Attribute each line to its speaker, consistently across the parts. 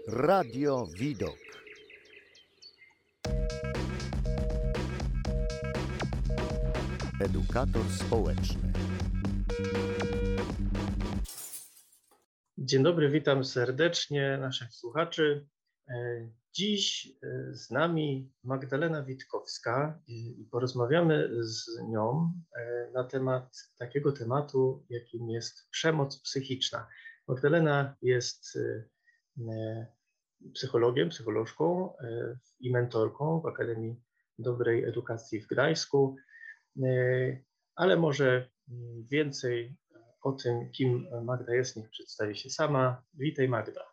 Speaker 1: Radio Widok. Edukator społeczny.
Speaker 2: Dzień dobry, witam serdecznie naszych słuchaczy. Dziś z nami Magdalena Witkowska i porozmawiamy z nią na temat takiego tematu, jakim jest przemoc psychiczna. Magdalena jest psychologiem, psycholożką i mentorką w Akademii Dobrej Edukacji w Gdańsku, ale może więcej o tym, kim Magda jest, niech przedstawi się sama. Witaj, Magda.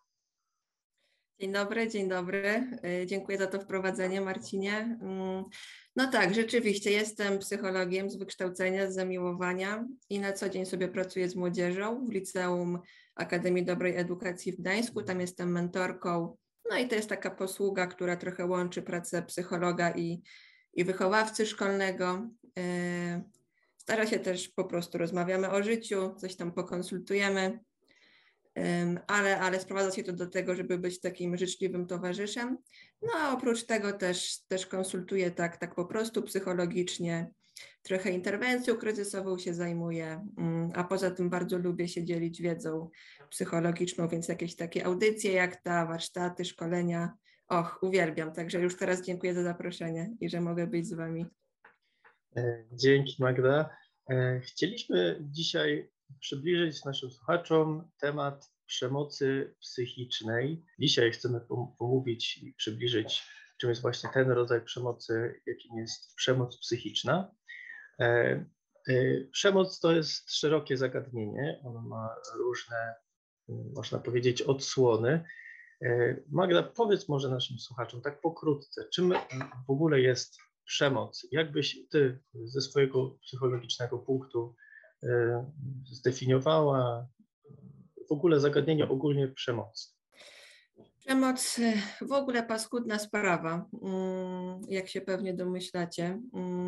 Speaker 3: Dzień dobry. Dziękuję za to wprowadzenie, Marcinie. No tak, rzeczywiście jestem psychologiem z wykształcenia, z zamiłowania i na co dzień sobie pracuję z młodzieżą w Liceum Akademii Dobrej Edukacji w Gdańsku. Tam jestem mentorką. No i to jest taka posługa, która trochę łączy pracę psychologa i wychowawcy szkolnego. Stara się też po prostu rozmawiamy o życiu, coś tam pokonsultujemy. Ale sprowadza się to do tego, żeby być takim życzliwym towarzyszem. No a oprócz tego też konsultuję tak po prostu psychologicznie, trochę interwencją kryzysową się zajmuję, a poza tym bardzo lubię się dzielić wiedzą psychologiczną, więc jakieś takie audycje jak ta, warsztaty, szkolenia, uwielbiam. Także już teraz dziękuję za zaproszenie i że mogę być z Wami.
Speaker 2: Dzięki, Magda. Chcieliśmy dzisiaj przybliżyć naszym słuchaczom temat przemocy psychicznej. Dzisiaj chcemy pomówić i przybliżyć, czym jest właśnie ten rodzaj przemocy, jakim jest przemoc psychiczna. Przemoc to jest szerokie zagadnienie, ono ma różne, można powiedzieć, odsłony. Magda, powiedz może naszym słuchaczom tak pokrótce, czym w ogóle jest przemoc? Jak byś ty ze swojego psychologicznego punktu zdefiniowała w ogóle zagadnienie ogólnie przemocy?
Speaker 3: Przemoc w ogóle paskudna sprawa, jak się pewnie domyślacie.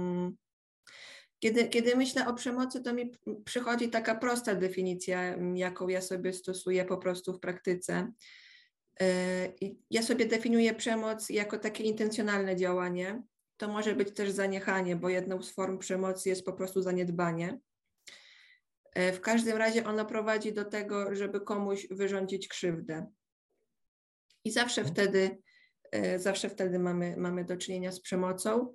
Speaker 3: Kiedy myślę o przemocy, to mi przychodzi taka prosta definicja, jaką ja sobie stosuję po prostu w praktyce. Ja sobie definiuję przemoc jako takie intencjonalne działanie. To może być też zaniechanie, bo jedną z form przemocy jest po prostu zaniedbanie. W każdym razie ono prowadzi do tego, żeby komuś wyrządzić krzywdę. I zawsze wtedy mamy do czynienia z przemocą.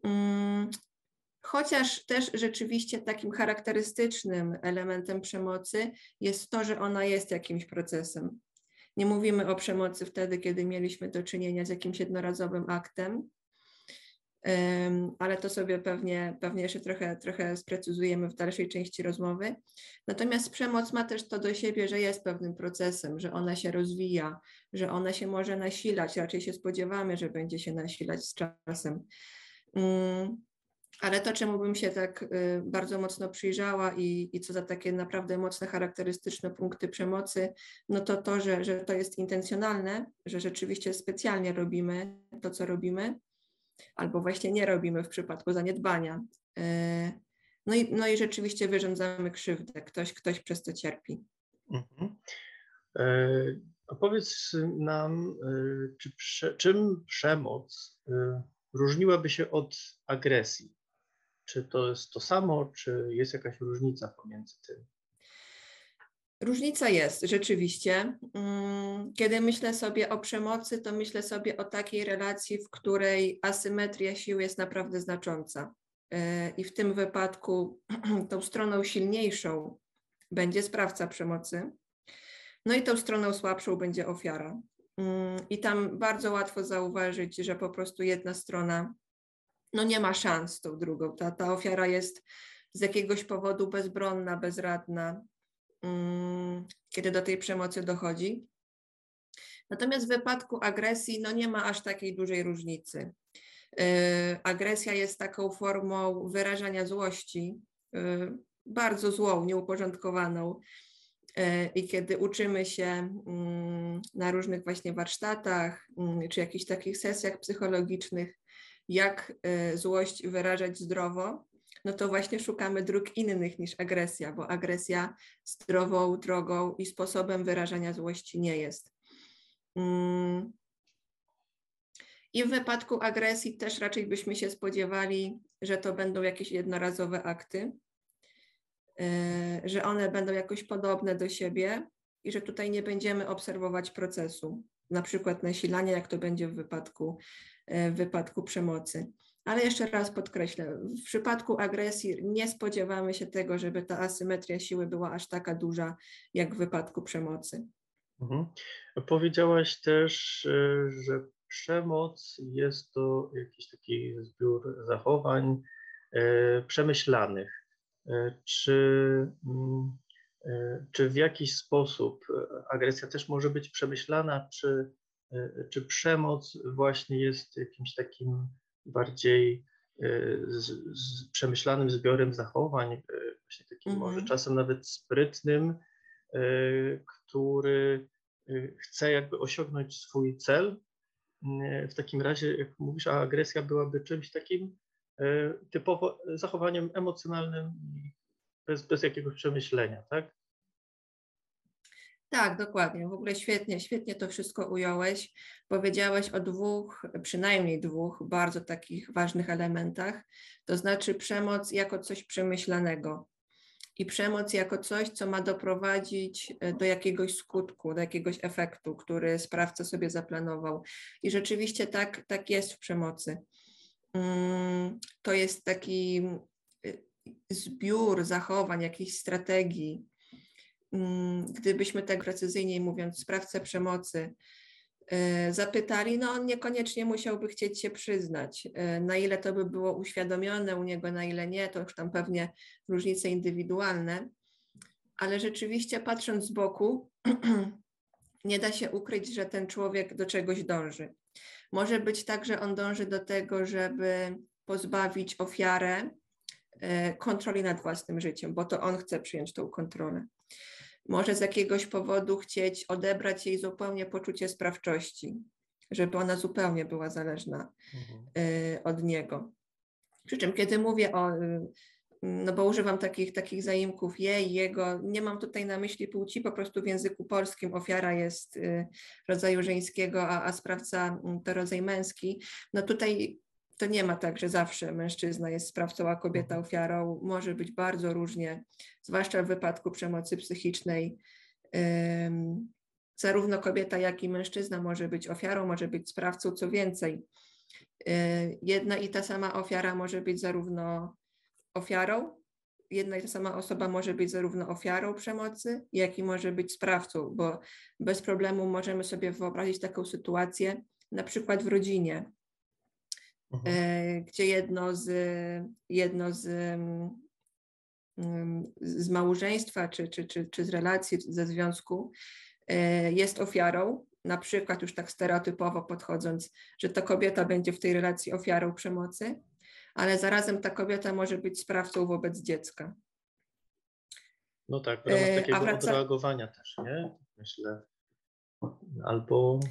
Speaker 3: Chociaż też rzeczywiście takim charakterystycznym elementem przemocy jest to, że ona jest jakimś procesem. Nie mówimy o przemocy wtedy, kiedy mieliśmy do czynienia z jakimś jednorazowym aktem, ale to sobie pewnie jeszcze trochę sprecyzujemy w dalszej części rozmowy. Natomiast przemoc ma też to do siebie, że jest pewnym procesem, że ona się rozwija, że ona się może nasilać, raczej się spodziewamy, że będzie się nasilać z czasem. Ale to, czemu bym się tak bardzo mocno przyjrzała i co za takie naprawdę mocne, charakterystyczne punkty przemocy, no to, że to jest intencjonalne, że rzeczywiście specjalnie robimy to, co robimy, albo właśnie nie robimy w przypadku zaniedbania. No i rzeczywiście wyrządzamy krzywdę, ktoś przez to cierpi.
Speaker 2: Powiedz nam, czym przemoc różniłaby się od agresji? Czy to jest to samo, czy jest jakaś różnica pomiędzy tym?
Speaker 3: Różnica jest, rzeczywiście. Kiedy myślę sobie o przemocy, to myślę sobie o takiej relacji, w której asymetria sił jest naprawdę znacząca. I w tym wypadku tą stroną silniejszą będzie sprawca przemocy, no i tą stroną słabszą będzie ofiara. I tam bardzo łatwo zauważyć, że po prostu jedna strona nie ma szans z tą drugą. Ta ofiara jest z jakiegoś powodu bezbronna, bezradna, kiedy do tej przemocy dochodzi. Natomiast w wypadku agresji nie ma aż takiej dużej różnicy. Agresja jest taką formą wyrażania złości, bardzo złą, nieuporządkowaną. I kiedy uczymy się na różnych właśnie warsztatach czy jakichś takich sesjach psychologicznych, jak złość wyrażać zdrowo, no to właśnie szukamy dróg innych niż agresja, bo agresja zdrową drogą i sposobem wyrażania złości nie jest. I w wypadku agresji też raczej byśmy się spodziewali, że to będą jakieś jednorazowe akty, że one będą jakoś podobne do siebie i że tutaj nie będziemy obserwować procesu, na przykład nasilania, jak to będzie w wypadku przemocy. Ale jeszcze raz podkreślę, w przypadku agresji nie spodziewamy się tego, żeby ta asymetria siły była aż taka duża, jak w wypadku przemocy.
Speaker 2: Powiedziałaś też, że przemoc jest to jakiś taki zbiór zachowań przemyślanych. Czy w jakiś sposób agresja też może być przemyślana, czy przemoc właśnie jest jakimś takim bardziej przemyślanym zbiorem zachowań, właśnie takim może czasem nawet sprytnym, który chce jakby osiągnąć swój cel. W takim razie, jak mówisz, a agresja byłaby czymś takim typowo zachowaniem emocjonalnym bez jakiegoś przemyślenia, tak?
Speaker 3: Tak, dokładnie. W ogóle świetnie to wszystko ująłeś. Powiedziałeś o przynajmniej dwóch bardzo takich ważnych elementach, to znaczy przemoc jako coś przemyślanego i przemoc jako coś, co ma doprowadzić do jakiegoś skutku, do jakiegoś efektu, który sprawca sobie zaplanował. I rzeczywiście tak jest w przemocy. To jest taki zbiór zachowań, jakichś strategii. Gdybyśmy tak precyzyjniej mówiąc, sprawcę przemocy zapytali, no on niekoniecznie musiałby chcieć się przyznać. Na ile to by było uświadomione u niego, na ile nie, to już tam pewnie różnice indywidualne, ale rzeczywiście patrząc z boku, nie da się ukryć, że ten człowiek do czegoś dąży. Może być tak, że on dąży do tego, żeby pozbawić ofiarę kontroli nad własnym życiem, bo to on chce przyjąć tą kontrolę. Może z jakiegoś powodu chcieć odebrać jej zupełnie poczucie sprawczości, żeby ona zupełnie była zależna od niego. Przy czym kiedy mówię no bo używam takich zaimków jej, jego, nie mam tutaj na myśli płci, po prostu w języku polskim ofiara jest rodzaju żeńskiego, a sprawca to rodzaj męski. No tutaj to nie ma tak, że zawsze mężczyzna jest sprawcą, a kobieta ofiarą. Może być bardzo różnie, zwłaszcza w wypadku przemocy psychicznej. Zarówno kobieta, jak i mężczyzna może być ofiarą, może być sprawcą, co więcej. Jedna i ta sama ofiara może być zarówno ofiarą, jedna i ta sama osoba może być zarówno ofiarą przemocy, jak i może być sprawcą, bo bez problemu możemy sobie wyobrazić taką sytuację, na przykład w rodzinie, gdzie jedno z małżeństwa czy z relacji, ze związku jest ofiarą, na przykład już tak stereotypowo podchodząc, że ta kobieta będzie w tej relacji ofiarą przemocy, ale zarazem ta kobieta może być sprawcą wobec dziecka.
Speaker 2: No tak, w ramach takiego odreagowania też, nie? Myślę. Albo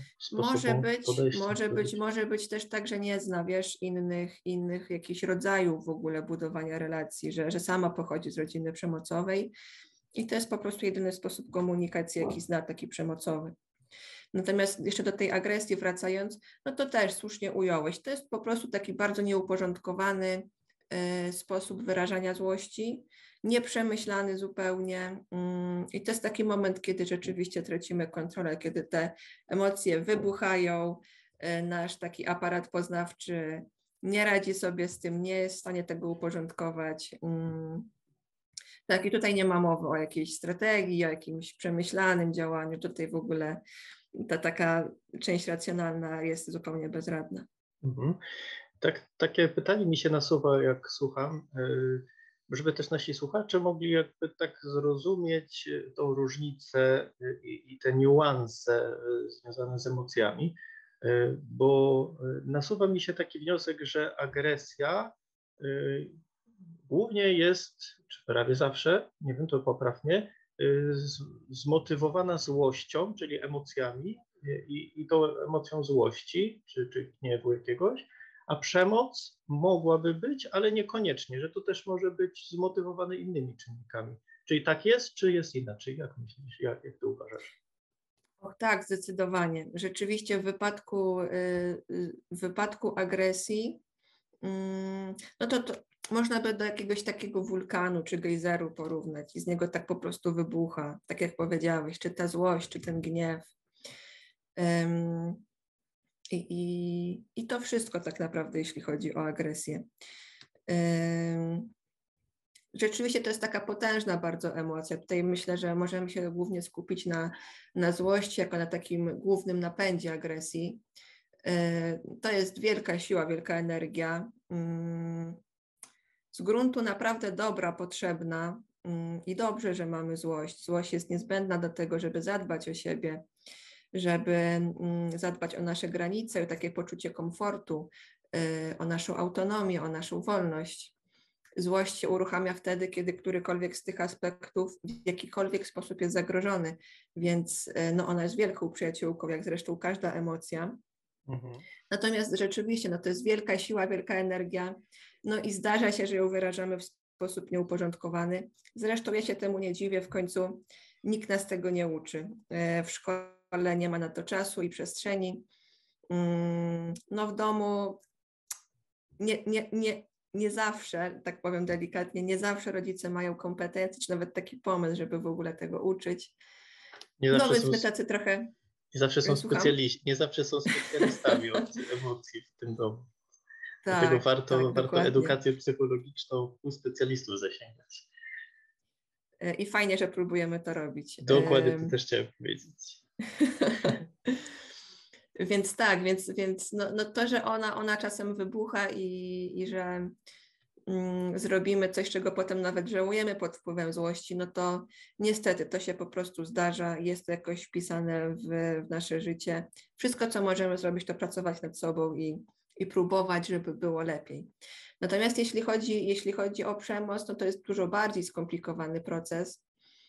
Speaker 3: może być też tak, że nie zna, wiesz, innych jakichś rodzajów w ogóle budowania relacji, że sama pochodzi z rodziny przemocowej i to jest po prostu jedyny sposób komunikacji, jaki zna, taki przemocowy. Natomiast jeszcze do tej agresji wracając, no to też słusznie ująłeś. To jest po prostu taki bardzo nieuporządkowany sposób wyrażania złości, nieprzemyślany zupełnie. I to jest taki moment, kiedy rzeczywiście tracimy kontrolę, kiedy te emocje wybuchają, nasz taki aparat poznawczy nie radzi sobie z tym, nie jest w stanie tego uporządkować. Tak, i tutaj nie ma mowy o jakiejś strategii, o jakimś przemyślanym działaniu. Tutaj w ogóle ta taka część racjonalna jest zupełnie bezradna.
Speaker 2: Tak, takie pytanie mi się nasuwa, jak słucham, żeby też nasi słuchacze mogli jakby tak zrozumieć tą różnicę i te niuanse związane z emocjami, bo nasuwa mi się taki wniosek, że agresja głównie jest, czy prawie zawsze, nie wiem, to poprawnie, zmotywowana złością, czyli emocjami i tą emocją złości, czy gniewu jakiegoś, a przemoc mogłaby być, ale niekoniecznie, że to też może być zmotywowane innymi czynnikami. Czyli tak jest, czy jest inaczej? Jak myślisz, jak ty uważasz?
Speaker 3: tak, zdecydowanie. Rzeczywiście w wypadku agresji, no to można by do jakiegoś takiego wulkanu czy gejzeru porównać i z niego tak po prostu wybucha, tak jak powiedziałeś, czy ta złość, czy ten gniew. I to wszystko tak naprawdę, jeśli chodzi o agresję. Rzeczywiście to jest taka potężna bardzo emocja. Tutaj myślę, że możemy się głównie skupić na złości, jako na takim głównym napędzie agresji. To jest wielka siła, wielka energia. Z gruntu naprawdę dobra, potrzebna i dobrze, że mamy złość. Złość jest niezbędna do tego, żeby zadbać o siebie, żeby zadbać o nasze granice, o takie poczucie komfortu, o naszą autonomię, o naszą wolność. Złość się uruchamia wtedy, kiedy którykolwiek z tych aspektów w jakikolwiek sposób jest zagrożony, więc no, ona jest wielką przyjaciółką, jak zresztą każda emocja. Natomiast rzeczywiście no, to jest wielka siła, wielka energia, no i zdarza się, że ją wyrażamy w sposób nieuporządkowany. Zresztą ja się temu nie dziwię, w końcu nikt nas tego nie uczy. W szkole nie ma na to czasu i przestrzeni. No w domu nie zawsze, tak powiem delikatnie, nie zawsze rodzice mają kompetencje, czy nawet taki pomysł, żeby w ogóle tego uczyć. No więc my tacy trochę...
Speaker 2: Nie zawsze są specjalistami od emocji w tym domu.
Speaker 3: Tak,
Speaker 2: dlatego warto
Speaker 3: dokładnie.
Speaker 2: edukację psychologiczną u specjalistów zasięgać.
Speaker 3: I fajnie, że próbujemy to robić.
Speaker 2: Dokładnie, to też chciałem powiedzieć.
Speaker 3: Więc tak, więc no to, że ona czasem wybucha i że zrobimy coś, czego potem nawet żałujemy pod wpływem złości, no to niestety to się po prostu zdarza, jest to jakoś wpisane w nasze życie. Wszystko, co możemy zrobić, to pracować nad sobą i próbować, żeby było lepiej. Natomiast jeśli chodzi o przemoc, no to jest dużo bardziej skomplikowany proces.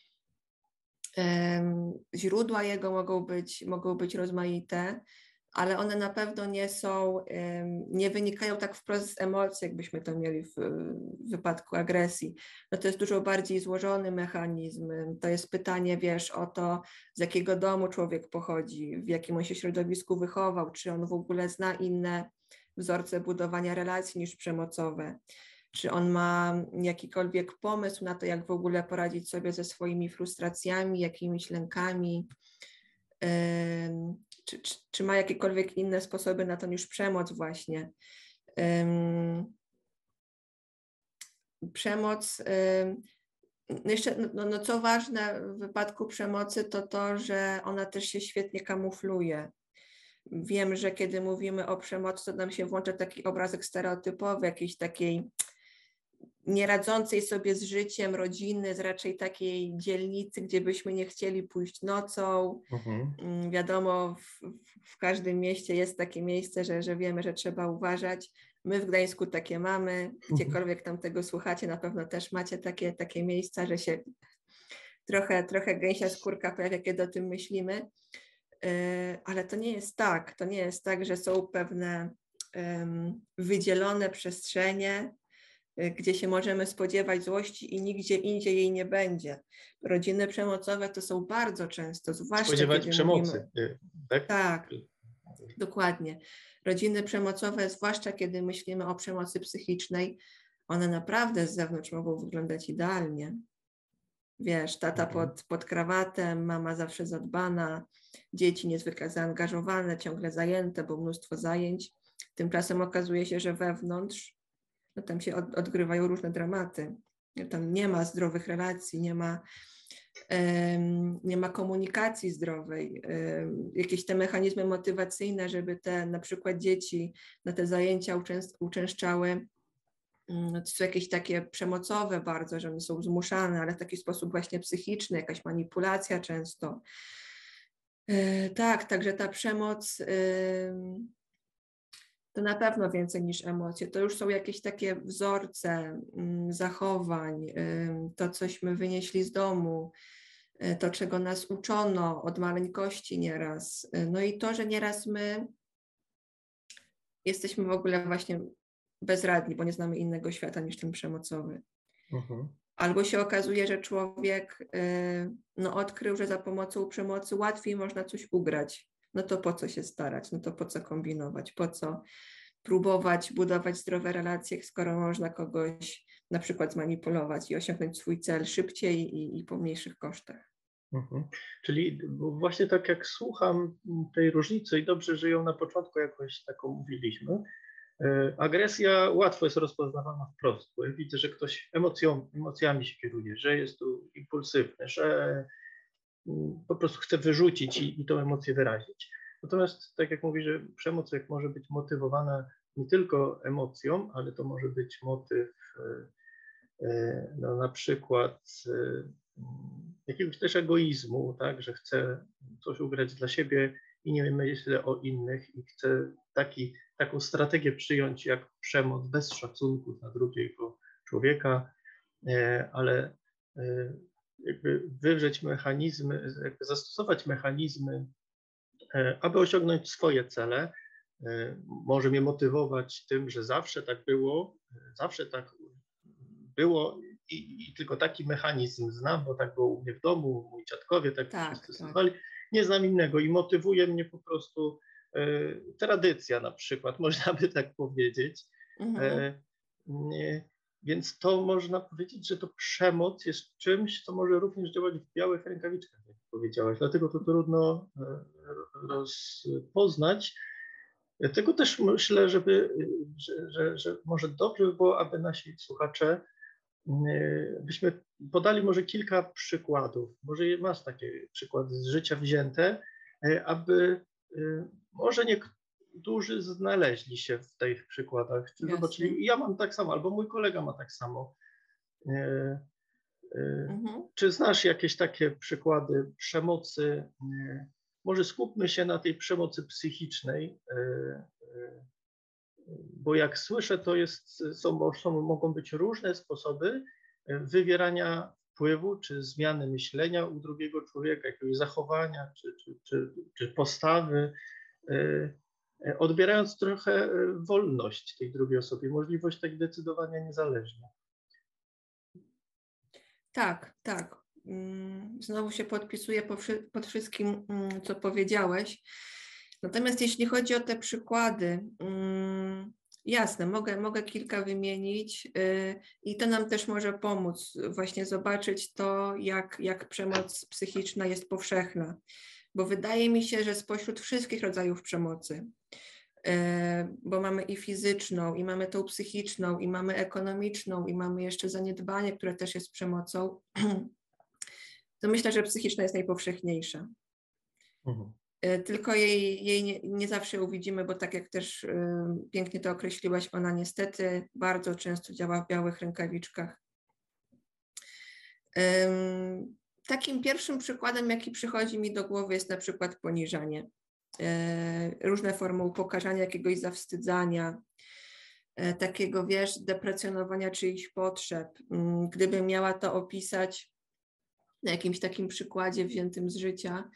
Speaker 3: Źródła jego mogą być rozmaite, ale one na pewno nie wynikają tak wprost z emocji, jakbyśmy to mieli w wypadku agresji. No to jest dużo bardziej złożony mechanizm. To jest pytanie, wiesz, o to, z jakiego domu człowiek pochodzi, w jakim on się środowisku wychował, czy on w ogóle zna inne wzorce budowania relacji niż przemocowe. Czy on ma jakikolwiek pomysł na to, jak w ogóle poradzić sobie ze swoimi frustracjami, jakimiś lękami, czy ma jakiekolwiek inne sposoby na to niż przemoc właśnie. Przemoc, no jeszcze co ważne w wypadku przemocy, to to, że ona też się świetnie kamufluje. Wiem, że kiedy mówimy o przemocy, to nam się włącza taki obrazek stereotypowy, jakiejś takiej nieradzącej sobie z życiem rodziny, z raczej takiej dzielnicy, gdzie byśmy nie chcieli pójść nocą. Wiadomo, w każdym mieście jest takie miejsce, że wiemy, że trzeba uważać. My w Gdańsku takie mamy, gdziekolwiek tam tego słuchacie, na pewno też macie takie miejsca, że się trochę gęsia skórka pojawia, kiedy o tym myślimy. Ale to nie jest tak. To nie jest tak, że są pewne wydzielone przestrzenie, gdzie się możemy spodziewać złości i nigdzie indziej jej nie będzie. Rodziny przemocowe to są bardzo często, zwłaszcza
Speaker 2: spodziewać
Speaker 3: kiedy
Speaker 2: przemocy,
Speaker 3: mówimy...
Speaker 2: tak?
Speaker 3: Tak, dokładnie. Rodziny przemocowe, zwłaszcza kiedy myślimy o przemocy psychicznej, one naprawdę z zewnątrz mogą wyglądać idealnie. Wiesz, tata pod krawatem, mama zawsze zadbana, dzieci niezwykle zaangażowane, ciągle zajęte, bo mnóstwo zajęć. Tymczasem okazuje się, że wewnątrz no tam się odgrywają różne dramaty. Tam nie ma zdrowych relacji, nie ma komunikacji zdrowej. Jakieś te mechanizmy motywacyjne, żeby te na przykład dzieci na te zajęcia uczęszczały, to są jakieś takie przemocowe bardzo, że one są zmuszane, ale w taki sposób właśnie psychiczny, jakaś manipulacja często. Tak, także ta przemoc to na pewno więcej niż emocje. To już są jakieś takie wzorce zachowań, to cośmy wynieśli z domu, to czego nas uczono od maleńkości nieraz. No i to, że nieraz my jesteśmy w ogóle właśnie bezradni, bo nie znamy innego świata niż ten przemocowy. Albo się okazuje, że człowiek odkrył, że za pomocą przemocy łatwiej można coś ugrać. No to po co się starać? No to po co kombinować? Po co próbować budować zdrowe relacje, skoro można kogoś na przykład zmanipulować i osiągnąć swój cel szybciej i po mniejszych kosztach.
Speaker 2: Czyli właśnie tak jak słucham tej różnicy i dobrze, że ją na początku jakoś taką mówiliśmy, agresja łatwo jest rozpoznawana wprost, bo ja widzę, że ktoś emocjami się kieruje, że jest tu impulsywny, że po prostu chce wyrzucić i tą emocję wyrazić. Natomiast tak jak mówi, że przemoc jak może być motywowana nie tylko emocją, ale to może być motyw no, na przykład jakiegoś też egoizmu, tak, że chce coś ugrać dla siebie i nie myśli o innych i chce taką strategię przyjąć jak przemoc bez szacunku dla drugiego człowieka, ale jakby wywrzeć mechanizmy, jakby zastosować mechanizmy, aby osiągnąć swoje cele. Może mnie motywować tym, że zawsze tak było i tylko taki mechanizm znam, bo tak było u mnie w domu, moi dziadkowie tak wszyscy stosowali. Nie znam innego i motywuje mnie po prostu tradycja na przykład, można by tak powiedzieć. Więc to można powiedzieć, że to przemoc jest czymś, co może również działać w białych rękawiczkach, jak powiedziałaś. Dlatego to trudno rozpoznać. Dlatego też myślę, że może dobrze by było, aby nasi słuchacze byśmy podali może kilka przykładów. Może masz takie przykłady z życia wzięte, aby może niektórzy znaleźli się w tych przykładach. Czy zobaczyli, ja mam tak samo, albo mój kolega ma tak samo. Czy znasz jakieś takie przykłady przemocy? Może skupmy się na tej przemocy psychicznej, bo jak słyszę, to mogą być różne sposoby wywierania wpływu czy zmiany myślenia u drugiego człowieka, jakiegoś zachowania czy postawy, odbierając trochę wolność tej drugiej osobie, możliwość tak decydowania niezależnie.
Speaker 3: Tak. Znowu się podpisuję pod wszystkim, co powiedziałeś. Natomiast jeśli chodzi o te przykłady, jasne, mogę kilka wymienić i to nam też może pomóc właśnie zobaczyć to, jak przemoc psychiczna jest powszechna. Bo wydaje mi się, że spośród wszystkich rodzajów przemocy, bo mamy i fizyczną, i mamy tą psychiczną, i mamy ekonomiczną, i mamy jeszcze zaniedbanie, które też jest przemocą, to myślę, że psychiczna jest najpowszechniejsza. Tylko jej nie zawsze uwidzimy, bo tak jak też pięknie to określiłaś, ona niestety bardzo często działa w białych rękawiczkach. Takim pierwszym przykładem, jaki przychodzi mi do głowy, jest na przykład poniżanie. Różne formy upokarzania, jakiegoś zawstydzania, takiego, deprecjonowania czyichś potrzeb. Gdybym miała to opisać na jakimś takim przykładzie wziętym z życia,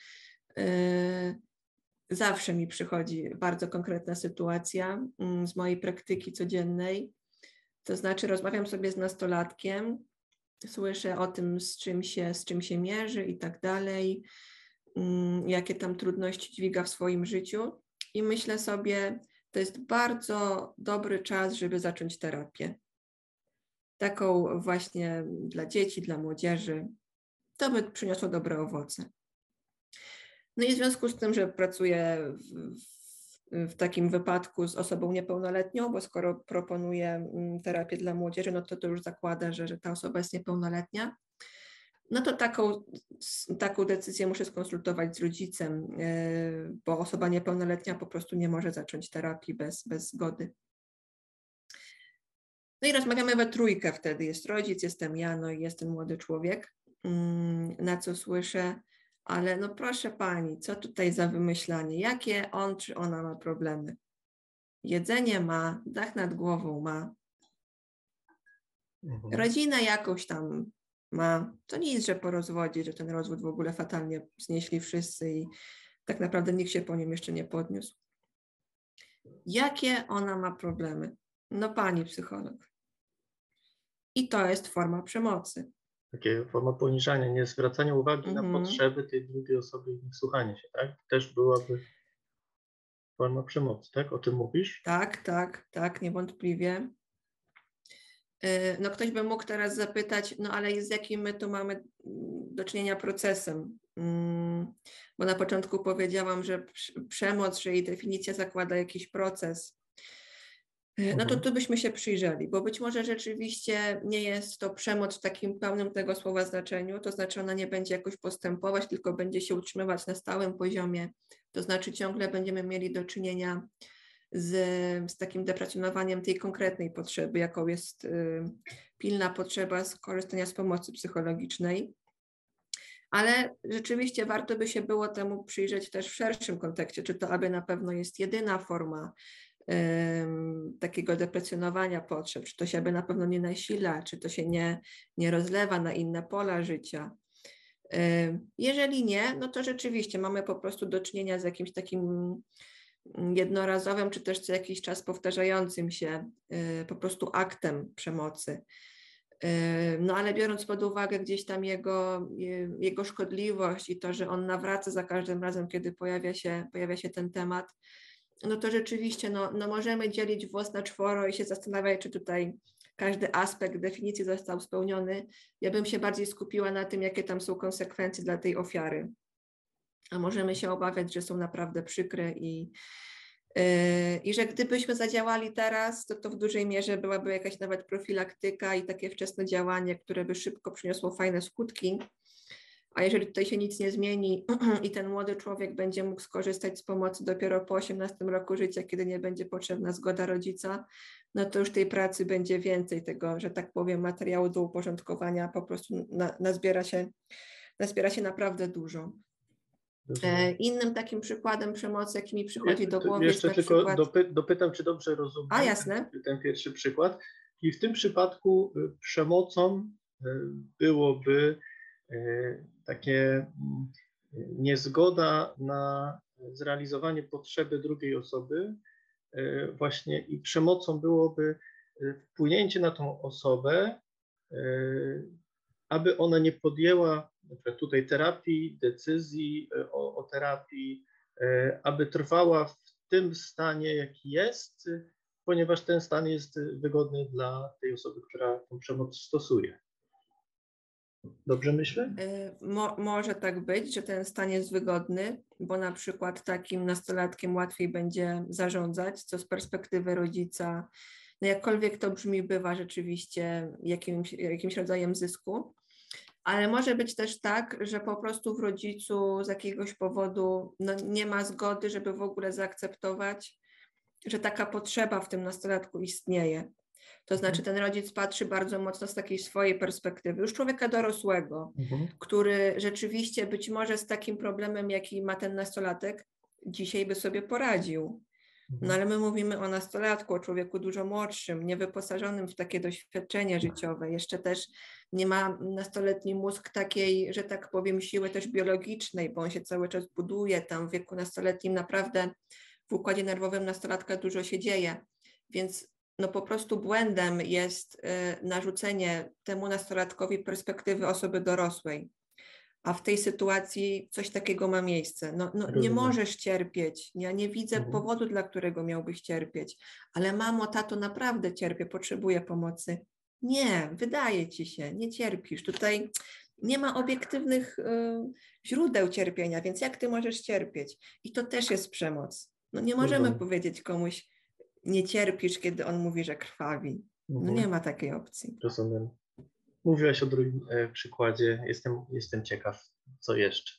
Speaker 3: zawsze mi przychodzi bardzo konkretna sytuacja z mojej praktyki codziennej. To znaczy rozmawiam sobie z nastolatkiem, słyszę o tym, z czym się mierzy i tak dalej, jakie tam trudności dźwiga w swoim życiu i myślę sobie, to jest bardzo dobry czas, żeby zacząć terapię. Taką właśnie dla dzieci, dla młodzieży. To by przyniosło dobre owoce. No i w związku z tym, że pracuję w takim wypadku z osobą niepełnoletnią, bo skoro proponuję terapię dla młodzieży, no to już zakłada, że ta osoba jest niepełnoletnia. No to taką decyzję muszę skonsultować z rodzicem, bo osoba niepełnoletnia po prostu nie może zacząć terapii bez zgody. No i rozmawiamy we trójkę wtedy. Jest rodzic, jestem ja, no i jest ten młody człowiek, na co słyszę, ale no proszę pani, co tutaj za wymyślanie? Jakie on czy ona ma problemy? Jedzenie ma, dach nad głową ma, rodzinę jakąś tam ma. To nic, że po rozwodzie, że ten rozwód w ogóle fatalnie znieśli wszyscy i tak naprawdę nikt się po nim jeszcze nie podniósł. Jakie ona ma problemy? No pani psycholog. I to jest forma przemocy.
Speaker 2: Takie forma poniżania, nie zwracania uwagi na potrzeby tej drugiej osoby i nie słuchania się, tak? Też byłaby forma przemocy, tak? O tym mówisz?
Speaker 3: Tak, niewątpliwie. No ktoś by mógł teraz zapytać, no ale z jakim my tu mamy do czynienia procesem? Bo na początku powiedziałam, że przemoc, że jej definicja zakłada jakiś proces. No to tu byśmy się przyjrzeli, bo być może rzeczywiście nie jest to przemoc w takim pełnym tego słowa znaczeniu, to znaczy ona nie będzie jakoś postępować, tylko będzie się utrzymywać na stałym poziomie, to znaczy ciągle będziemy mieli do czynienia z takim deprecjonowaniem tej konkretnej potrzeby, jaką jest pilna potrzeba skorzystania z pomocy psychologicznej. Ale rzeczywiście warto by się było temu przyjrzeć też w szerszym kontekście, czy to aby na pewno jest jedyna forma takiego deprecjonowania potrzeb, czy to się aby na pewno nie nasila, czy to się nie rozlewa na inne pola życia. Jeżeli nie, no to rzeczywiście mamy po prostu do czynienia z jakimś takim jednorazowym, czy też co jakiś czas powtarzającym się po prostu aktem przemocy. No ale biorąc pod uwagę gdzieś tam jego szkodliwość i to, że on nawraca za każdym razem, kiedy pojawia się ten temat, no to rzeczywiście no możemy dzielić włos na czworo i się zastanawiać, czy tutaj każdy aspekt definicji został spełniony. Ja bym się bardziej skupiła na tym, jakie tam są konsekwencje dla tej ofiary. A możemy się obawiać, że są naprawdę przykre i że gdybyśmy zadziałali teraz, to w dużej mierze byłaby jakaś nawet profilaktyka i takie wczesne działanie, które by szybko przyniosło fajne skutki. A jeżeli tutaj się nic nie zmieni i ten młody człowiek będzie mógł skorzystać z pomocy dopiero po 18 roku życia, kiedy nie będzie potrzebna zgoda rodzica, no to już tej pracy będzie więcej, tego, że tak powiem, materiału do uporządkowania po prostu nazbiera się naprawdę dużo. Innym takim przykładem przemocy, jaki mi przychodzi do głowy,
Speaker 2: jeszcze
Speaker 3: jest na
Speaker 2: tylko
Speaker 3: przykład...
Speaker 2: dopytam, czy dobrze rozumiem
Speaker 3: jasne.
Speaker 2: ten pierwszy przykład. I w tym przypadku przemocą byłoby takie niezgoda na zrealizowanie potrzeby drugiej osoby właśnie i przemocą byłoby wpłynięcie na tą osobę, aby ona nie podjęła na przykład tutaj terapii, decyzji o terapii, aby trwała w tym stanie, jaki jest, ponieważ ten stan jest wygodny dla tej osoby, która tę przemoc stosuje. Dobrze myślę?
Speaker 3: Może tak być, że ten stan jest wygodny, bo na przykład takim nastolatkiem łatwiej będzie zarządzać, co z perspektywy rodzica, no jakkolwiek to brzmi, bywa rzeczywiście jakimś rodzajem zysku. Ale może być też tak, że po prostu w rodzicu z jakiegoś powodu nie ma zgody, żeby w ogóle zaakceptować, że taka potrzeba w tym nastolatku istnieje. To znaczy ten rodzic patrzy bardzo mocno z takiej swojej perspektywy, już człowieka dorosłego, który rzeczywiście być może z takim problemem, jaki ma ten nastolatek, dzisiaj by sobie poradził. No ale my mówimy o nastolatku, o człowieku dużo młodszym, niewyposażonym w takie doświadczenie życiowe. Jeszcze też nie ma nastoletni mózg takiej, że tak powiem, siły też biologicznej, bo on się cały czas buduje. Tam w wieku nastoletnim naprawdę w układzie nerwowym nastolatka dużo się dzieje. Więc no po prostu błędem jest narzucenie temu nastolatkowi perspektywy osoby dorosłej. A w tej sytuacji coś takiego ma miejsce. No nie możesz cierpieć. Ja nie widzę powodu, dla którego miałbyś cierpieć. Ale mamo, tato, naprawdę cierpię, potrzebuję pomocy. Nie, wydaje ci się, nie cierpisz. Tutaj nie ma obiektywnych źródeł cierpienia, więc jak ty możesz cierpieć? I to też jest przemoc. No nie możemy powiedzieć komuś, nie cierpisz, kiedy on mówi, że krwawi. No nie ma takiej opcji.
Speaker 2: Rozumiem. Mówiłaś o drugim przykładzie. Jestem ciekaw, co jeszcze.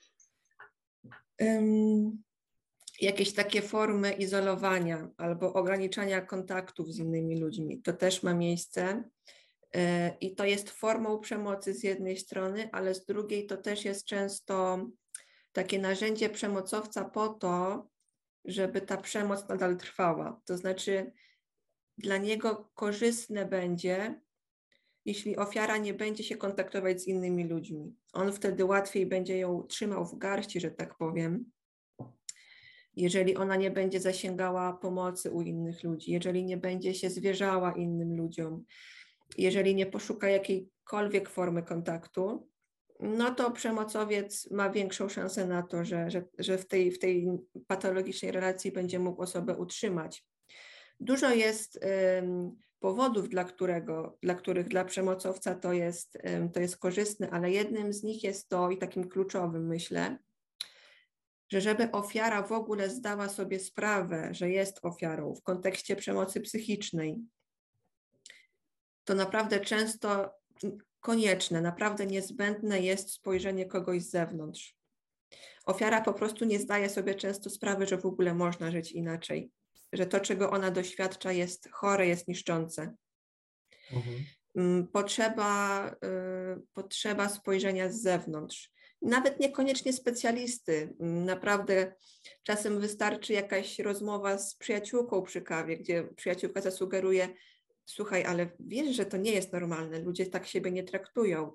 Speaker 3: Jakieś takie formy izolowania albo ograniczania kontaktów z innymi ludźmi. To też ma miejsce i to jest formą przemocy z jednej strony, ale z drugiej to też jest często takie narzędzie przemocowca po to, żeby ta przemoc nadal trwała. To znaczy dla niego korzystne będzie, jeśli ofiara nie będzie się kontaktować z innymi ludźmi. On wtedy łatwiej będzie ją trzymał w garści, że tak powiem, jeżeli ona nie będzie zasięgała pomocy u innych ludzi, jeżeli nie będzie się zwierzała innym ludziom, jeżeli nie poszuka jakiejkolwiek formy kontaktu, no to przemocowiec ma większą szansę na to, że w tej patologicznej relacji będzie mógł osobę utrzymać. Dużo jest powodów, dla których dla przemocowca to jest korzystne, ale jednym z nich jest to, i takim kluczowym, myślę, że żeby ofiara w ogóle zdała sobie sprawę, że jest ofiarą w kontekście przemocy psychicznej, to naprawdę często konieczne, naprawdę niezbędne jest spojrzenie kogoś z zewnątrz. Ofiara po prostu nie zdaje sobie często sprawy, że w ogóle można żyć inaczej, że to, czego ona doświadcza, jest chore, jest niszczące. Potrzeba spojrzenia z zewnątrz. Nawet niekoniecznie specjalisty. Naprawdę czasem wystarczy jakaś rozmowa z przyjaciółką przy kawie, gdzie przyjaciółka zasugeruje: słuchaj, ale wiesz, że to nie jest normalne, ludzie tak siebie nie traktują.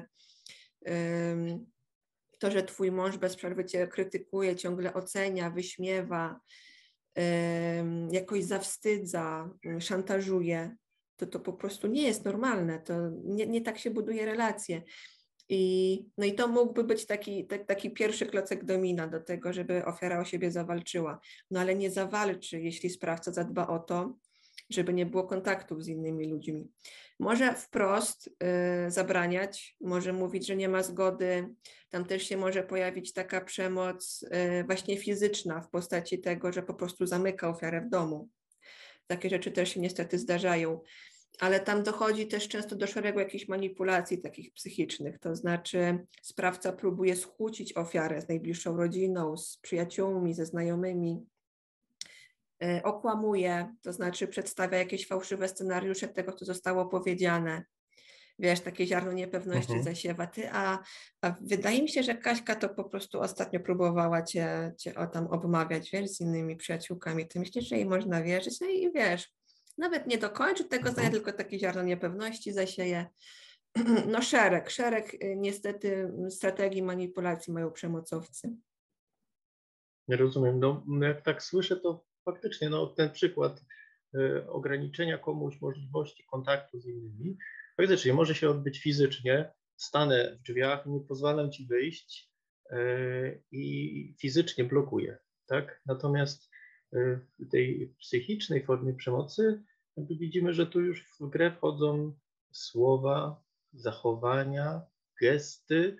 Speaker 3: To, że twój mąż bez przerwy cię krytykuje, ciągle ocenia, wyśmiewa, jakoś zawstydza, szantażuje, to po prostu nie jest normalne, to nie tak się buduje relacje. No i to mógłby być taki pierwszy klocek domina do tego, żeby ofiara o siebie zawalczyła. No ale nie zawalczy, jeśli sprawca zadba o to, żeby nie było kontaktów z innymi ludźmi. Może wprost zabraniać, może mówić, że nie ma zgody. Tam też się może pojawić taka przemoc właśnie fizyczna w postaci tego, że po prostu zamyka ofiarę w domu. Takie rzeczy też się niestety zdarzają. Ale tam dochodzi też często do szeregu jakichś manipulacji takich psychicznych, to znaczy sprawca próbuje skłócić ofiarę z najbliższą rodziną, z przyjaciółmi, ze znajomymi, okłamuje, to znaczy przedstawia jakieś fałszywe scenariusze tego, co zostało powiedziane. Wiesz, takie ziarno niepewności zasiewa. A wydaje mi się, że Kaśka to po prostu ostatnio próbowała cię tam obmawiać, wiesz, z innymi przyjaciółkami. Ty myślisz, że jej można wierzyć? No i wiesz, nawet nie dokończy tego zdania, tylko takie ziarno niepewności zasieje. No szereg niestety strategii manipulacji mają przemocowcy.
Speaker 2: Nie rozumiem. No, jak tak słyszę, to faktycznie ten przykład ograniczenia komuś możliwości kontaktu z innymi, faktycznie może się odbyć fizycznie, stanę w drzwiach, nie pozwalam ci wyjść i fizycznie blokuję, tak? Natomiast w tej psychicznej formie przemocy widzimy, że tu już w grę wchodzą słowa, zachowania, gesty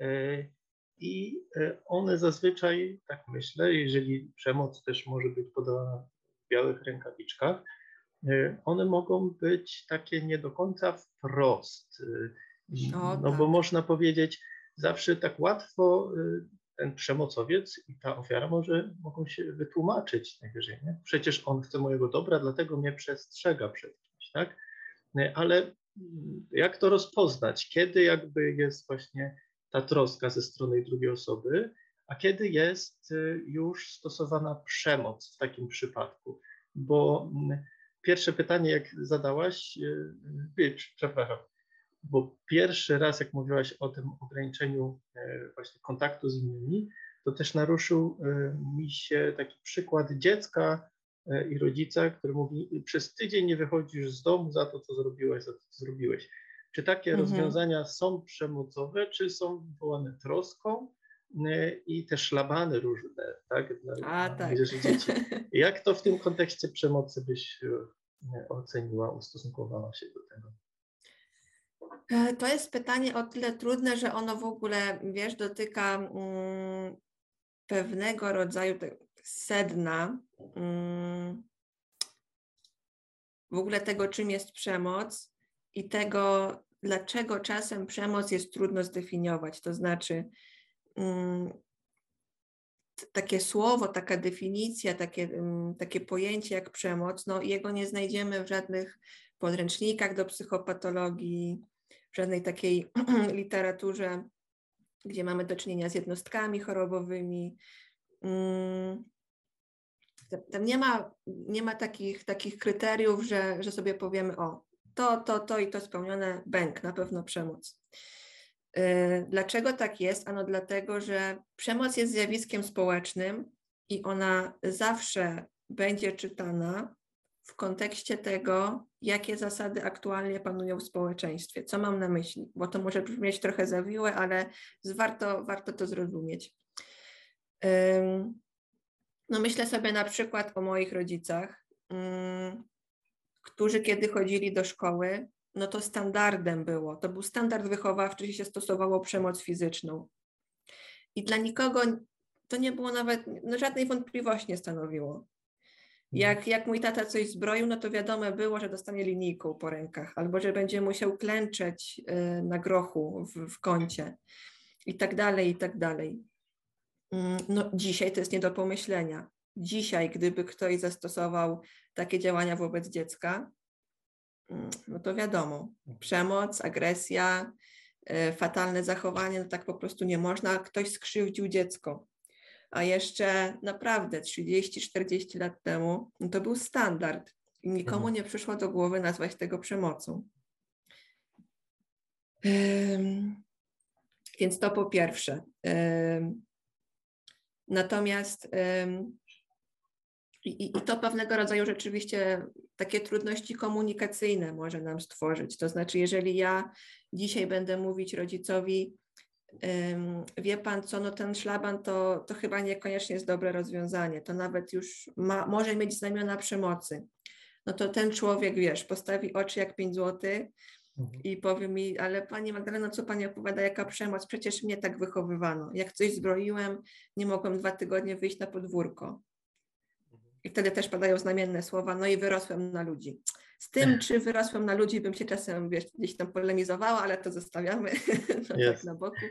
Speaker 2: i one zazwyczaj, tak myślę, jeżeli przemoc też może być podawana w białych rękawiczkach, one mogą być takie nie do końca wprost. Bo można powiedzieć, zawsze tak łatwo ten przemocowiec i ta ofiara mogą się wytłumaczyć najwyżej. Nie? Przecież on chce mojego dobra, dlatego mnie przestrzega przed kimś, tak? Ale jak to rozpoznać? Kiedy jakby jest właśnie ta troska ze strony drugiej osoby, a kiedy jest już stosowana przemoc w takim przypadku? Bo pierwsze pytanie, jak zadałaś, przepraszam, bo pierwszy raz, jak mówiłaś o tym ograniczeniu właśnie kontaktu z innymi, to też naruszył mi się taki przykład dziecka i rodzica, który mówi: przez tydzień nie wychodzisz z domu za to, co zrobiłeś, za to, co zrobiłeś. Czy takie rozwiązania są przemocowe, czy są wywołane troską i te szlabany różne, tak, dla młodzieży, dzieci? Jak to w tym kontekście przemocy byś oceniła, ustosunkowała się do tego?
Speaker 3: To jest pytanie o tyle trudne, że ono w ogóle, wiesz, dotyka pewnego rodzaju sedna w ogóle tego, czym jest przemoc i tego, dlaczego czasem przemoc jest trudno zdefiniować. To znaczy takie słowo, taka definicja, takie pojęcie jak przemoc, no jego nie znajdziemy w żadnych podręcznikach do psychopatologii, w żadnej takiej literaturze, gdzie mamy do czynienia z jednostkami chorobowymi. Tam nie ma takich kryteriów, że sobie powiemy: o, to i to spełnione, bęk, na pewno przemoc. Dlaczego tak jest? Ano dlatego, że przemoc jest zjawiskiem społecznym i ona zawsze będzie czytana w kontekście tego, jakie zasady aktualnie panują w społeczeństwie. Co mam na myśli? Bo to może brzmieć trochę zawiłe, ale warto to zrozumieć. No myślę sobie na przykład o moich rodzicach, którzy kiedy chodzili do szkoły, no to standardem było, to był standard wychowawczy, że się stosowało przemoc fizyczną. I dla nikogo to nie było nawet, no żadnej wątpliwości nie stanowiło. Jak mój tata coś zbroił, no to wiadomo było, że dostanie linijką po rękach, albo że będzie musiał klęczeć na grochu w kącie i tak dalej, i tak dalej. No dzisiaj to jest nie do pomyślenia. Dzisiaj, gdyby ktoś zastosował takie działania wobec dziecka, no to wiadomo, przemoc, agresja, fatalne zachowanie, no tak po prostu nie można. Ktoś skrzywdził dziecko. A jeszcze naprawdę 30-40 lat temu no to był standard i nikomu nie przyszło do głowy nazwać tego przemocą. Więc to po pierwsze. Natomiast i to pewnego rodzaju rzeczywiście takie trudności komunikacyjne może nam stworzyć. To znaczy, jeżeli ja dzisiaj będę mówić rodzicowi, wie pan co, no ten szlaban to chyba niekoniecznie jest dobre rozwiązanie, to nawet już może mieć znamiona przemocy, no to ten człowiek, wiesz, postawi oczy jak 5 złotych i powie mi, ale pani Magdaleno, co pani opowiada, jaka przemoc, przecież mnie tak wychowywano, jak coś zbroiłem, nie mogłem 2 tygodnie wyjść na podwórko. I wtedy też padają znamienne słowa, no i wyrosłem na ludzi. Z tym, czy wyrosłem na ludzi, bym się czasem, wiesz, gdzieś tam polemizowała, ale to zostawiamy tak na boku.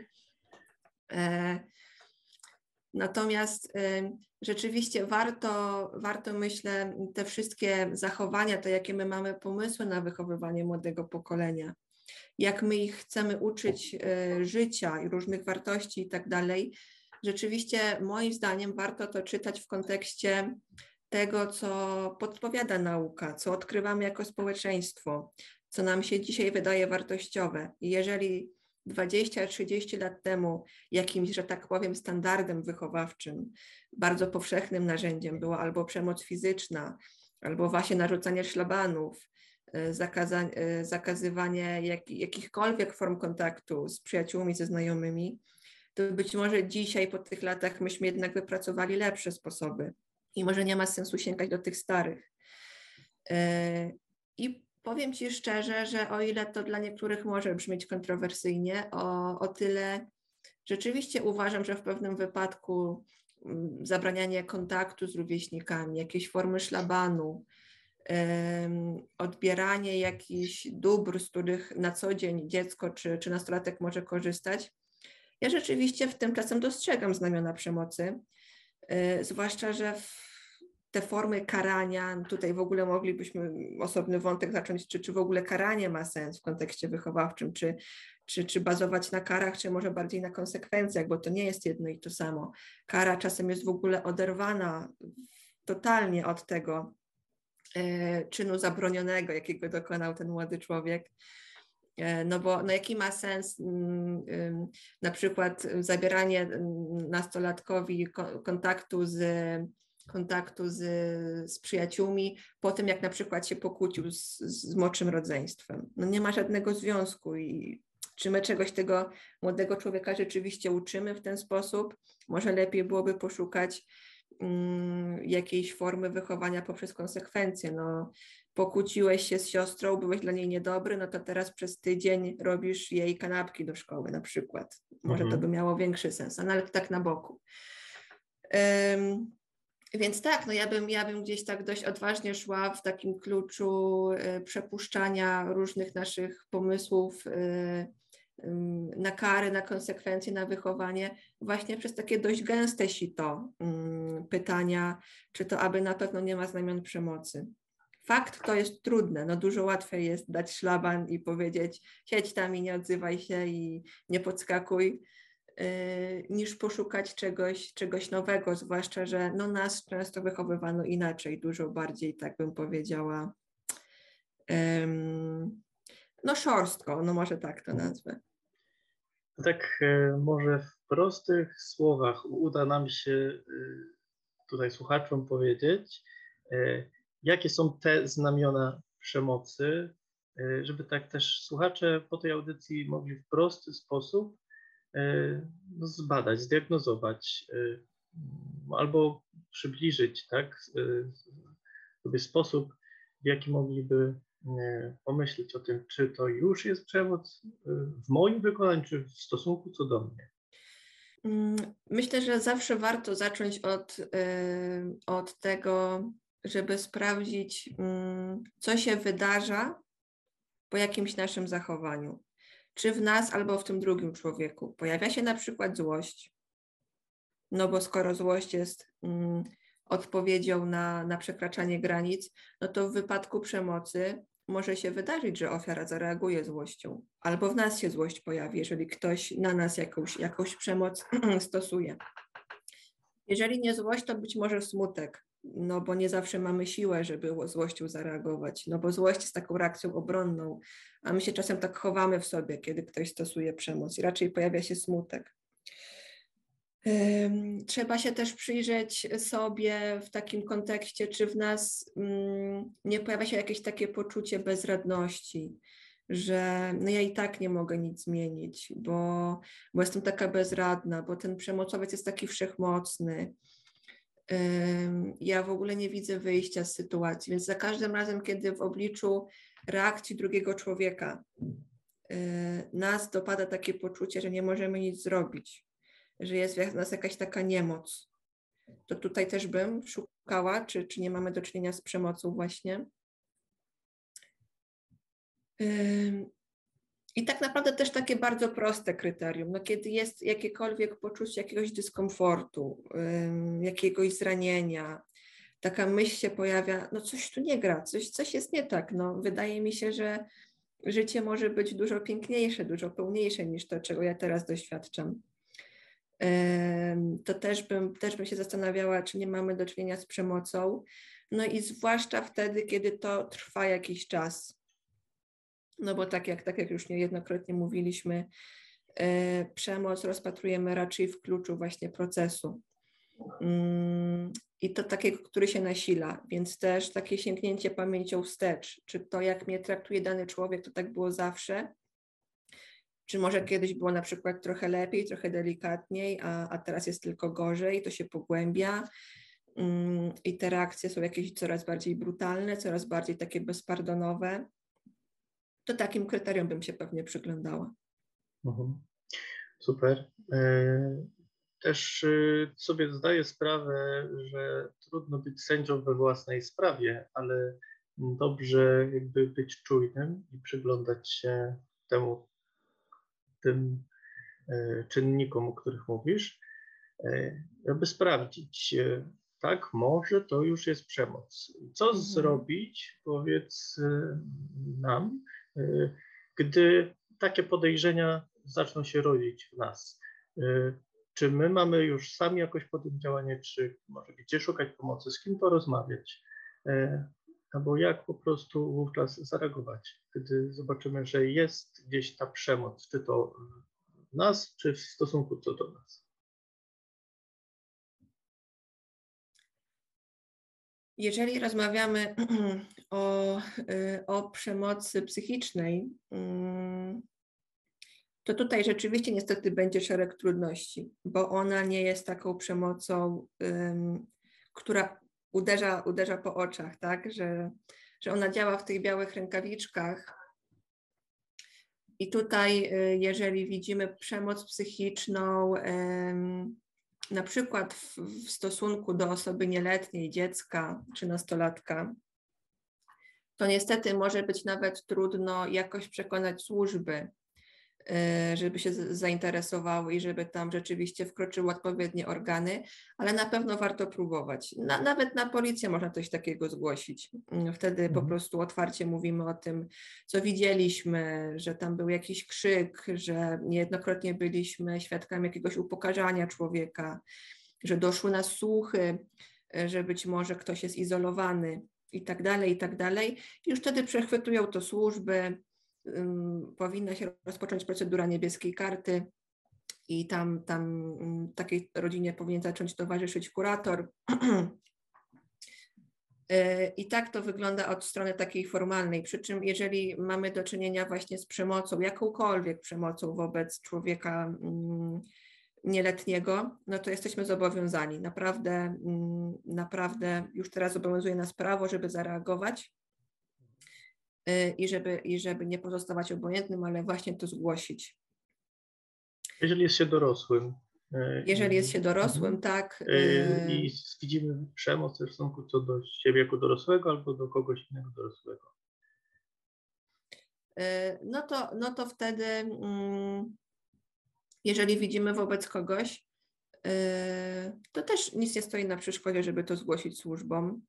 Speaker 3: Natomiast rzeczywiście warto, myślę, te wszystkie zachowania, to jakie my mamy pomysły na wychowywanie młodego pokolenia, jak my ich chcemy uczyć życia i różnych wartości i tak dalej, rzeczywiście moim zdaniem warto to czytać w kontekście tego, co podpowiada nauka, co odkrywamy jako społeczeństwo, co nam się dzisiaj wydaje wartościowe. I jeżeli 20-30 lat temu jakimś, że tak powiem, standardem wychowawczym, bardzo powszechnym narzędziem była albo przemoc fizyczna, albo właśnie narzucanie szlabanów, zakazywanie jakichkolwiek form kontaktu z przyjaciółmi, ze znajomymi, to być może dzisiaj po tych latach myśmy jednak wypracowali lepsze sposoby i może nie ma sensu sięgać do tych starych. I powiem Ci szczerze, że o ile to dla niektórych może brzmieć kontrowersyjnie, o tyle rzeczywiście uważam, że w pewnym wypadku zabranianie kontaktu z rówieśnikami, jakieś formy szlabanu, odbieranie jakichś dóbr, z których na co dzień dziecko czy nastolatek może korzystać, ja rzeczywiście w tym czasem dostrzegam znamiona przemocy, zwłaszcza, że te formy karania, tutaj w ogóle moglibyśmy osobny wątek zacząć, czy w ogóle karanie ma sens w kontekście wychowawczym, czy bazować na karach, czy może bardziej na konsekwencjach, bo to nie jest jedno i to samo. Kara czasem jest w ogóle oderwana totalnie od tego czynu zabronionego, jakiego dokonał ten młody człowiek. No bo no jaki ma sens na przykład zabieranie nastolatkowi kontaktu z przyjaciółmi po tym, jak na przykład się pokłócił z młodszym rodzeństwem. No nie ma żadnego związku i czy my czegoś tego młodego człowieka rzeczywiście uczymy w ten sposób? Może lepiej byłoby poszukać jakiejś formy wychowania poprzez konsekwencje. No, pokłóciłeś się z siostrą, byłeś dla niej niedobry, no to teraz przez tydzień robisz jej kanapki do szkoły na przykład. Może to by miało większy sens, ale to tak na boku. Więc tak, no ja bym gdzieś tak dość odważnie szła w takim kluczu przepuszczania różnych naszych pomysłów na kary, na konsekwencje, na wychowanie, właśnie przez takie dość gęste sito pytania, czy to aby na pewno nie ma znamion przemocy. Fakt, to jest trudne, no dużo łatwiej jest dać szlaban i powiedzieć siedź tam i nie odzywaj się i nie podskakuj, niż poszukać czegoś nowego, zwłaszcza, że no nas często wychowywano inaczej, dużo bardziej, tak bym powiedziała, no szorstko, no może tak to nazwę.
Speaker 2: Tak może w prostych słowach uda nam się tutaj słuchaczom powiedzieć, jakie są te znamiona przemocy, żeby tak też słuchacze po tej audycji mogli w prosty sposób no, zbadać, zdiagnozować albo przybliżyć, tak, sobie sposób, w jaki mogliby pomyśleć o tym, czy to już jest przemoc w moim wykonaniu, czy w stosunku co do mnie.
Speaker 3: Myślę, że zawsze warto zacząć od tego, żeby sprawdzić, co się wydarza po jakimś naszym zachowaniu. Czy w nas, albo w tym drugim człowieku. Pojawia się na przykład złość. No bo skoro złość jest odpowiedzią na przekraczanie granic, no to w wypadku przemocy może się wydarzyć, że ofiara zareaguje złością. Albo w nas się złość pojawi, jeżeli ktoś na nas jakąś przemoc stosuje. Jeżeli nie złość, to być może smutek, no bo nie zawsze mamy siłę, żeby złością zareagować, no bo złość jest taką reakcją obronną, a my się czasem tak chowamy w sobie, kiedy ktoś stosuje przemoc i raczej pojawia się smutek. Trzeba się też przyjrzeć sobie w takim kontekście, czy w nas nie pojawia się jakieś takie poczucie bezradności, że no ja i tak nie mogę nic zmienić, bo jestem taka bezradna, bo ten przemocowiec jest taki wszechmocny. Ja w ogóle nie widzę wyjścia z sytuacji, więc za każdym razem, kiedy w obliczu reakcji drugiego człowieka nas dopada takie poczucie, że nie możemy nic zrobić, że jest w nas jakaś taka niemoc, to tutaj też bym szukała, czy nie mamy do czynienia z przemocą właśnie. I tak naprawdę też takie bardzo proste kryterium, no kiedy jest jakiekolwiek poczucie jakiegoś dyskomfortu, jakiegoś zranienia, taka myśl się pojawia, no coś tu nie gra, coś jest nie tak, no wydaje mi się, że życie może być dużo piękniejsze, dużo pełniejsze niż to, czego ja teraz doświadczam. To też bym się zastanawiała, czy nie mamy do czynienia z przemocą, no i zwłaszcza wtedy, kiedy to trwa jakiś czas. No bo tak jak już niejednokrotnie mówiliśmy, przemoc rozpatrujemy raczej w kluczu właśnie procesu. I to takiego, który się nasila, więc też takie sięgnięcie pamięcią wstecz, czy to jak mnie traktuje dany człowiek, to tak było zawsze, czy może kiedyś było na przykład trochę lepiej, trochę delikatniej, a teraz jest tylko gorzej, to się pogłębia i te reakcje są jakieś coraz bardziej brutalne, coraz bardziej takie bezpardonowe. To takim kryterium bym się pewnie przyglądała.
Speaker 2: Super. Też sobie zdaję sprawę, że trudno być sędzią we własnej sprawie, ale dobrze jakby być czujnym i przyglądać się tym czynnikom, o których mówisz, aby sprawdzić, tak, może to już jest przemoc. Co zrobić, powiedz nam, gdy takie podejrzenia zaczną się rodzić w nas? Czy my mamy już sami jakoś podjąć działanie, czy może gdzie szukać pomocy, z kim porozmawiać? Albo jak po prostu wówczas zareagować, gdy zobaczymy, że jest gdzieś ta przemoc, czy to w nas, czy w stosunku co do nas?
Speaker 3: Jeżeli rozmawiamy o przemocy psychicznej, to tutaj rzeczywiście niestety będzie szereg trudności, bo ona nie jest taką przemocą, która uderza po oczach, tak? Że ona działa w tych białych rękawiczkach. I tutaj, jeżeli widzimy przemoc psychiczną, na przykład w stosunku do osoby nieletniej, dziecka czy nastolatka, to niestety może być nawet trudno jakoś przekonać służby, żeby się zainteresowały i żeby tam rzeczywiście wkroczyły odpowiednie organy, ale na pewno warto próbować. Nawet na policję można coś takiego zgłosić. Wtedy po prostu otwarcie mówimy o tym, co widzieliśmy, że tam był jakiś krzyk, że niejednokrotnie byliśmy świadkami jakiegoś upokarzania człowieka, że doszły nas słuchy, że być może ktoś jest izolowany i tak dalej, i tak dalej. I już wtedy przechwytują to służby, powinna się rozpocząć procedura niebieskiej karty i tam takiej rodzinie powinien zacząć towarzyszyć kurator. I tak to wygląda od strony takiej formalnej, przy czym jeżeli mamy do czynienia właśnie z przemocą, jakąkolwiek przemocą wobec człowieka nieletniego, no to jesteśmy zobowiązani. Naprawdę już teraz obowiązuje nas prawo, żeby zareagować i żeby nie pozostawać obojętnym, ale właśnie to zgłosić.
Speaker 2: Jeżeli jest się dorosłym.
Speaker 3: Jeżeli jest się dorosłym, tak.
Speaker 2: I widzimy przemoc w stosunku co do siebie jako dorosłego albo do kogoś innego dorosłego.
Speaker 3: No to wtedy, jeżeli widzimy wobec kogoś, to też nic nie stoi na przeszkodzie, żeby to zgłosić służbom.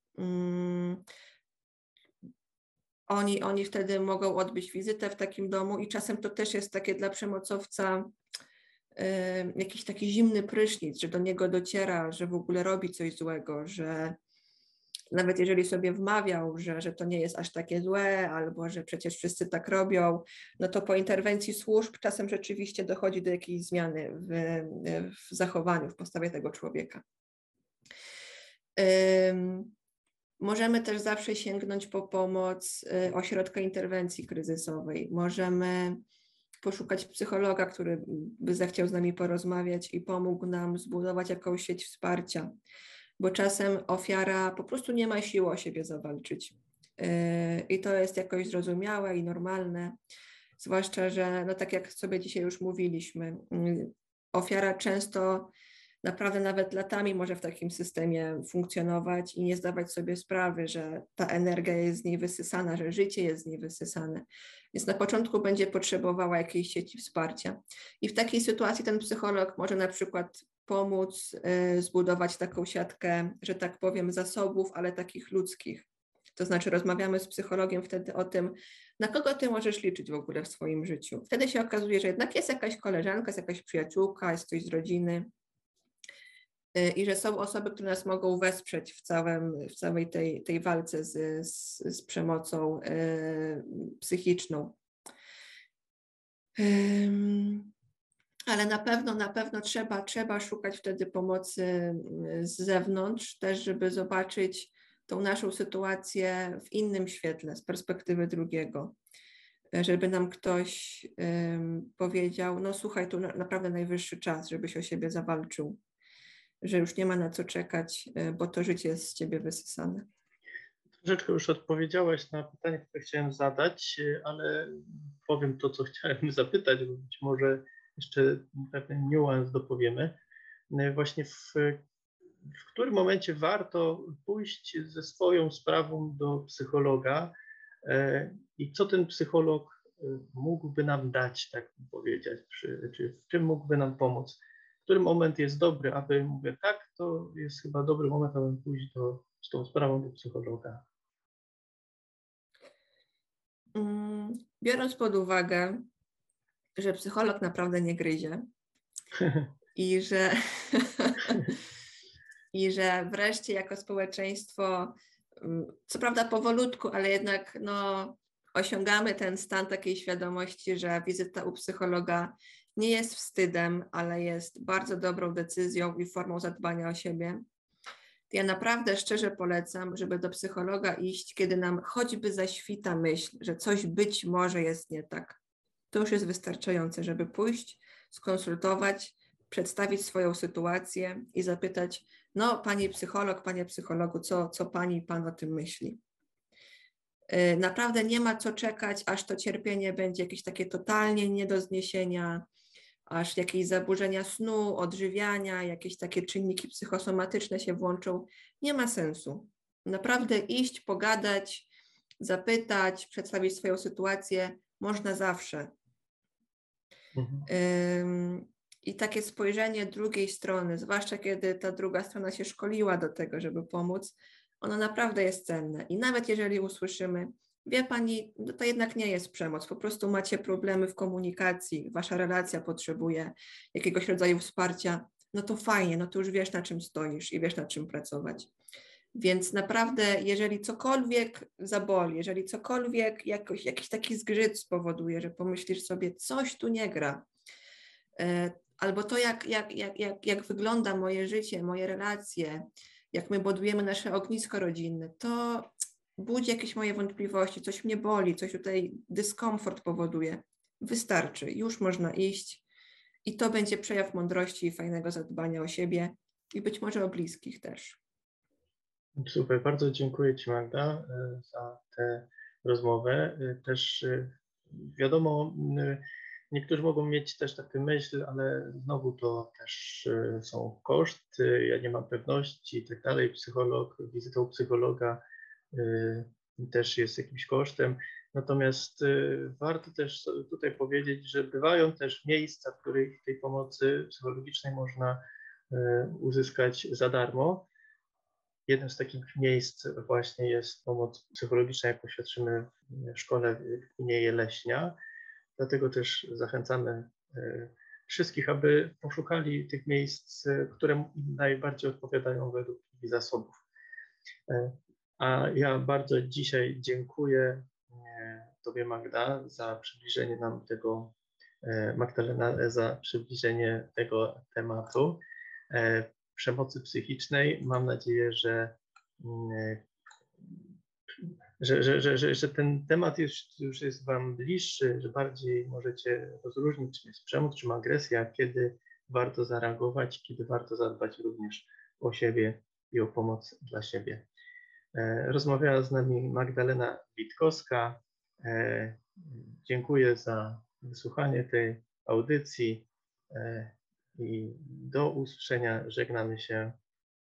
Speaker 3: Oni wtedy mogą odbyć wizytę w takim domu i czasem to też jest takie dla przemocowca jakiś taki zimny prysznic, że do niego dociera, że w ogóle robi coś złego, że nawet jeżeli sobie wmawiał, że to nie jest aż takie złe, albo że przecież wszyscy tak robią, no to po interwencji służb czasem rzeczywiście dochodzi do jakiejś zmiany w zachowaniu, w postawie tego człowieka. Możemy też zawsze sięgnąć po pomoc ośrodka interwencji kryzysowej. Możemy poszukać psychologa, który by zechciał z nami porozmawiać i pomógł nam zbudować jakąś sieć wsparcia, bo czasem ofiara po prostu nie ma siły o siebie zawalczyć. I to jest jakoś zrozumiałe i normalne, zwłaszcza, że no tak jak sobie dzisiaj już mówiliśmy, ofiara często naprawdę nawet latami może w takim systemie funkcjonować i nie zdawać sobie sprawy, że ta energia jest z niej wysysana, że życie jest z niej wysysane. Więc na początku będzie potrzebowała jakiejś sieci wsparcia. I w takiej sytuacji ten psycholog może na przykład pomóc zbudować taką siatkę, że tak powiem, zasobów, ale takich ludzkich. To znaczy rozmawiamy z psychologiem wtedy o tym, na kogo ty możesz liczyć w ogóle w swoim życiu. Wtedy się okazuje, że jednak jest jakaś koleżanka, jest jakaś przyjaciółka, jest ktoś z rodziny, i że są osoby, które nas mogą wesprzeć w całej tej walce z przemocą psychiczną. Ale na pewno trzeba szukać wtedy pomocy z zewnątrz, też żeby zobaczyć tą naszą sytuację w innym świetle, z perspektywy drugiego. Żeby nam ktoś powiedział, no słuchaj, tu naprawdę najwyższy czas, żebyś o siebie zawalczył, że już nie ma na co czekać, bo to życie jest z ciebie wysysane.
Speaker 2: Troszeczkę już odpowiedziałaś na pytanie, które chciałem zadać, ale powiem to, co chciałem zapytać, bo być może jeszcze pewien niuans dopowiemy. Właśnie w którym momencie warto pójść ze swoją sprawą do psychologa i co ten psycholog mógłby nam dać, tak powiedzieć, czy w czym mógłby nam pomóc? Który moment jest dobry, aby mówię, tak, to jest chyba dobry moment, aby pójść z tą sprawą do psychologa?
Speaker 3: Biorąc pod uwagę, że psycholog naprawdę nie gryzie i że wreszcie jako społeczeństwo, co prawda powolutku, ale jednak no, osiągamy ten stan takiej świadomości, że wizyta u psychologa nie jest wstydem, ale jest bardzo dobrą decyzją i formą zadbania o siebie. Ja naprawdę szczerze polecam, żeby do psychologa iść, kiedy nam choćby zaświta myśl, że coś być może jest nie tak. To już jest wystarczające, żeby pójść, skonsultować, przedstawić swoją sytuację i zapytać, no pani psycholog, panie psychologu, co pani i pan o tym myśli? Naprawdę nie ma co czekać, aż to cierpienie będzie jakieś takie totalnie nie do zniesienia, aż jakieś zaburzenia snu, odżywiania, jakieś takie czynniki psychosomatyczne się włączą. Nie ma sensu. Naprawdę iść, pogadać, zapytać, przedstawić swoją sytuację można zawsze. I takie spojrzenie drugiej strony, zwłaszcza kiedy ta druga strona się szkoliła do tego, żeby pomóc, ono naprawdę jest cenne. I nawet jeżeli usłyszymy, wie pani, to jednak nie jest przemoc, po prostu macie problemy w komunikacji, wasza relacja potrzebuje jakiegoś rodzaju wsparcia, no to fajnie, no to już wiesz, na czym stoisz i wiesz, nad czym pracować. Więc naprawdę, jeżeli cokolwiek zaboli, jeżeli cokolwiek jakiś taki zgrzyt spowoduje, że pomyślisz sobie, coś tu nie gra, albo to, jak wygląda moje życie, moje relacje, jak my budujemy nasze ognisko rodzinne, to budzi jakieś moje wątpliwości, coś mnie boli, coś tutaj dyskomfort powoduje. Wystarczy, już można iść i to będzie przejaw mądrości i fajnego zadbania o siebie i być może o bliskich też.
Speaker 2: Super, bardzo dziękuję Ci, Magda, za tę rozmowę. Też wiadomo, niektórzy mogą mieć też taką myśl, ale znowu to też są koszty, ja nie mam pewności i tak dalej. Wizyta u psychologa też jest jakimś kosztem. Natomiast warto też tutaj powiedzieć, że bywają też miejsca, w których tej pomocy psychologicznej można uzyskać za darmo. Jednym z takich miejsc właśnie jest pomoc psychologiczna, jaką świadczymy w szkole w gminie Jeleśnia. Dlatego też zachęcamy wszystkich, aby poszukali tych miejsc, które im najbardziej odpowiadają według ich zasobów. A ja bardzo dzisiaj dziękuję Tobie, Magda, za przybliżenie nam tego, Magdalena, za przybliżenie tego tematu przemocy psychicznej. Mam nadzieję, że ten temat już jest Wam bliższy, że bardziej możecie rozróżnić, czym jest przemoc, czym agresja, kiedy warto zareagować, kiedy warto zadbać również o siebie i o pomoc dla siebie. Rozmawiała z nami Magdalena Witkowska. Dziękuję za wysłuchanie tej audycji i do usłyszenia. Żegnamy się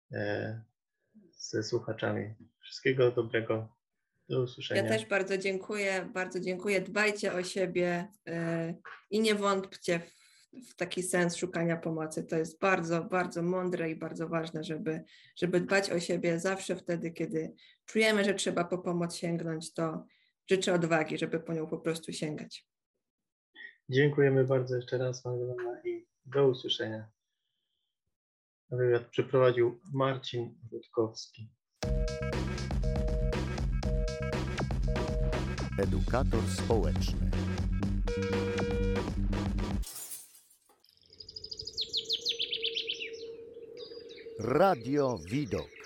Speaker 2: ze słuchaczami. Wszystkiego dobrego. Do usłyszenia.
Speaker 3: Ja też bardzo dziękuję. Dbajcie o siebie i nie wątpcie w taki sens szukania pomocy. To jest bardzo, bardzo mądre i bardzo ważne, żeby dbać o siebie zawsze wtedy, kiedy czujemy, że trzeba po pomoc sięgnąć, to życzę odwagi, żeby po nią po prostu sięgać.
Speaker 2: Dziękujemy bardzo jeszcze raz, Magdalena, i do usłyszenia. Wywiad przeprowadził Marcin Rutkowski.
Speaker 1: Edukator społeczny. Radio Widok.